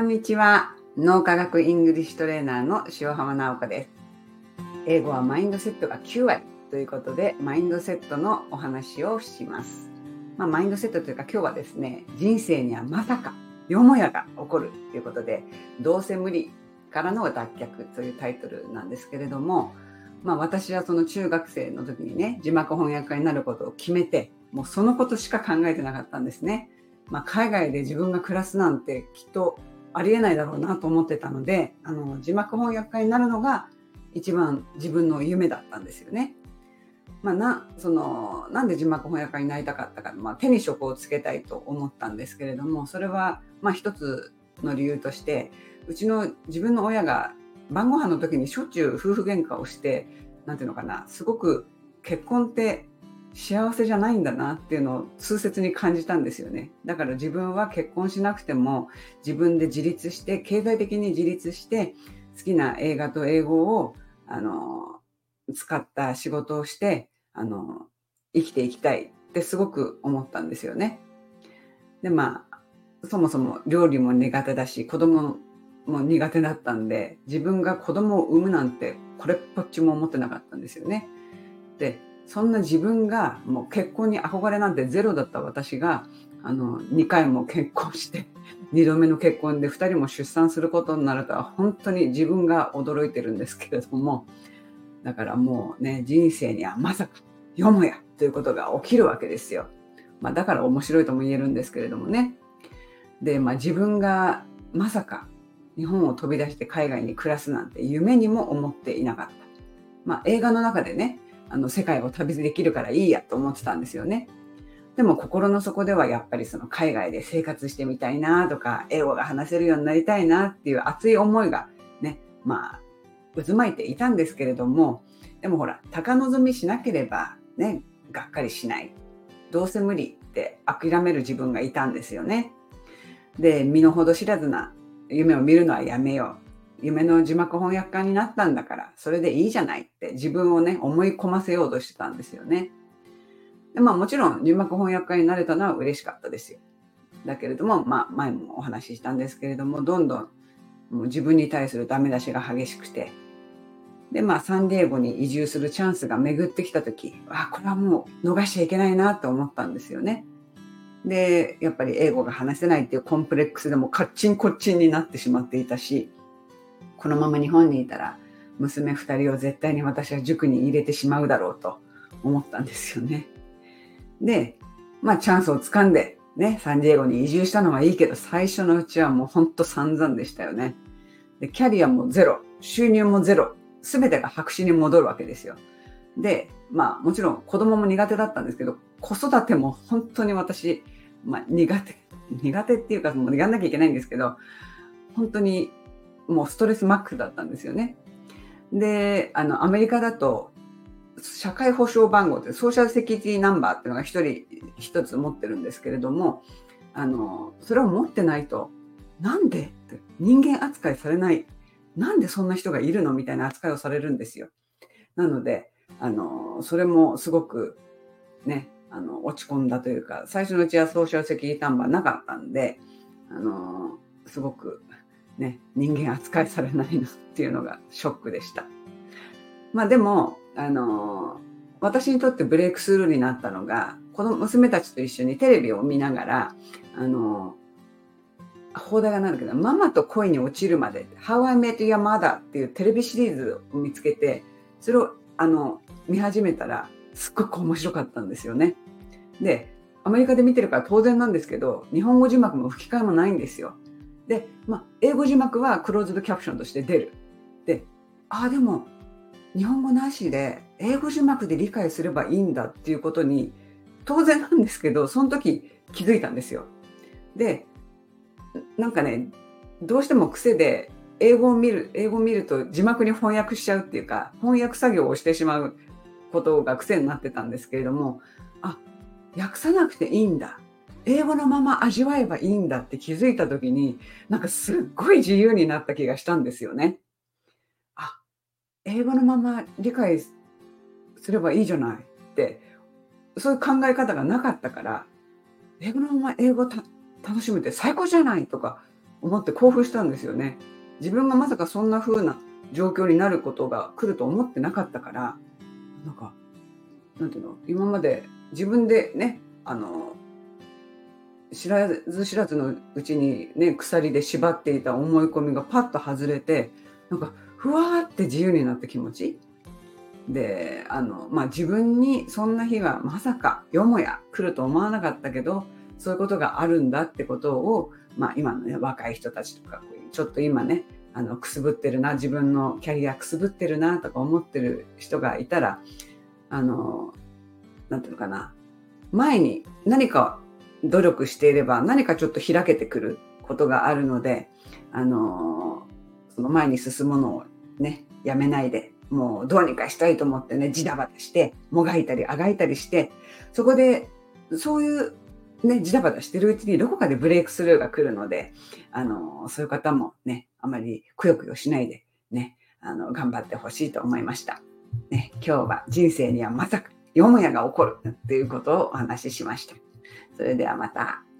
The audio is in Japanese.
んにちは。脳科学イングリッシュトレーナーの塩浜直子です。英語はマインドセットが9割ということで、マインドセットのお話をします。マインドセットというか今日はですね、人生にはまさかよもやが起こるということで、どうせ無理からの脱却というタイトルなんですけれども、私はその中学生の時にね、字幕翻訳家になることを決めて、もうそのことしか考えてなかったんですね。海外で自分が暮らすなんてきっとありえないだろうなと思ってたので、字幕翻訳家になるのが一番自分の夢だったんですよね。なんで字幕翻訳家になりたかったか、手に職をつけたいと思ったんですけれども、それは一つの理由として、自分の親が晩ご飯の時にしょっちゅう夫婦喧嘩をして、すごく結婚って幸せじゃないんだなっていうのを痛切に感じたんですよね。だから自分は結婚しなくても自分で自立して、経済的に自立して好きな映画と英語を使った仕事をして生きていきたいってすごく思ったんですよね。でそもそも料理も苦手だし、子供も苦手だったんで、自分が子供を産むなんてこれっぽっちも思ってなかったんですよね。でそんな自分がもう結婚に憧れなんてゼロだった私が2回も結婚して2度目の結婚で2人も出産することになるとは本当に自分が驚いてるんですけれども、だからもうね、人生にはまさかよもやということが起きるわけですよ。だから面白いとも言えるんですけれどもね。で、自分がまさか日本を飛び出して海外に暮らすなんて夢にも思っていなかった。映画の中でね、世界を旅できるからいいやと思ってたんですよね。でも心の底ではやっぱりその海外で生活してみたいなとか、英語が話せるようになりたいなっていう熱い思いがね、渦巻いていたんですけれども、でもほら、高望みしなければね、がっかりしない。どうせ無理って諦める自分がいたんですよね。で、身の程知らずな夢を見るのはやめよう。夢の字幕翻訳家になったんだからそれでいいじゃないって自分をね、思い込ませようとしてたんですよね。でもちろん字幕翻訳家になれたのは嬉しかったですよ。だけれども前もお話ししたんですけれども、どんどんもう自分に対するダメ出しが激しくて、でサンディエゴに移住するチャンスが巡ってきた時、これはもう逃しちゃいけないなと思ったんですよね。でやっぱり英語が話せないっていうコンプレックスでもカッチンコッチンになってしまっていたし、このまま日本にいたら娘2人を絶対に私は塾に入れてしまうだろうと思ったんですよね。で、チャンスをつかんでね、サンディエゴに移住したのはいいけど、最初のうちはもうほんと散々でしたよね。で、キャリアもゼロ、収入もゼロ、全てが白紙に戻るわけですよ。で、もちろん子供も苦手だったんですけど、子育ても本当に私、苦手っていうか、もうやんなきゃいけないんですけど、本当にもうストレスマックスだったんですよね。で、アメリカだと社会保障番号ってソーシャルセキュリティナンバーっていうのが一つ持ってるんですけれども、それを持ってないとなんでって人間扱いされない、なんでそんな人がいるのみたいな扱いをされるんですよ。なのでそれもすごくね、落ち込んだというか、最初のうちはソーシャルセキュリティナンバーなかったんで、すごくね、人間扱いされないなっていうのがショックでした。でも私にとってブレイクスルーになったのが、この娘たちと一緒にテレビを見ながら放題がなんだけど、ママと恋に落ちるまで How I Met Your Mother っていうテレビシリーズを見つけて、それを見始めたらすっごく面白かったんですよね。で、アメリカで見てるから当然なんですけど、日本語字幕も吹き替えもないんですよ。で、英語字幕はクローズドキャプションとして出る。で、でも日本語なしで英語字幕で理解すればいいんだっていうことに当然なんですけど、その時気づいたんですよ。で、どうしても癖で英語を見ると字幕に翻訳しちゃうっていうか、翻訳作業をしてしまうことが癖になってたんですけれども、訳さなくていいんだ、英語のまま味わえばいいんだって気づいた時に、すっごい自由になった気がしたんですよね。英語のまま理解すればいいじゃないって、そういう考え方がなかったから、英語のまま英語楽しむって最高じゃないとか、 思って興奮したんですよね。自分がまさかそんな風な状況になることが来ると思ってなかったから、なんか、なんていうの、今まで自分でね、知らず知らずのうちにね、鎖で縛っていた思い込みがパッと外れて、なんかふわーって自由になった気持ちで、自分にそんな日はまさかよもや来ると思わなかったけど、そういうことがあるんだってことを、今のね、若い人たちとか、ちょっと今ね、くすぶってるな、自分のキャリアくすぶってるなとか思ってる人がいたら、なんていうのかな、前に何か努力していれば何かちょっと開けてくることがあるので、その前に進むのをね、やめないで、もうどうにかしたいと思ってね、ジタバタして、もがいたりあがいたりして、そこで、そういうね、ジタバタしてるうちにどこかでブレイクスルーが来るので、そういう方もね、あまりくよくよしないで、ね、頑張ってほしいと思いました。ね、今日は人生にはまさかよもやが起こるっていうことをお話ししました。それではまた。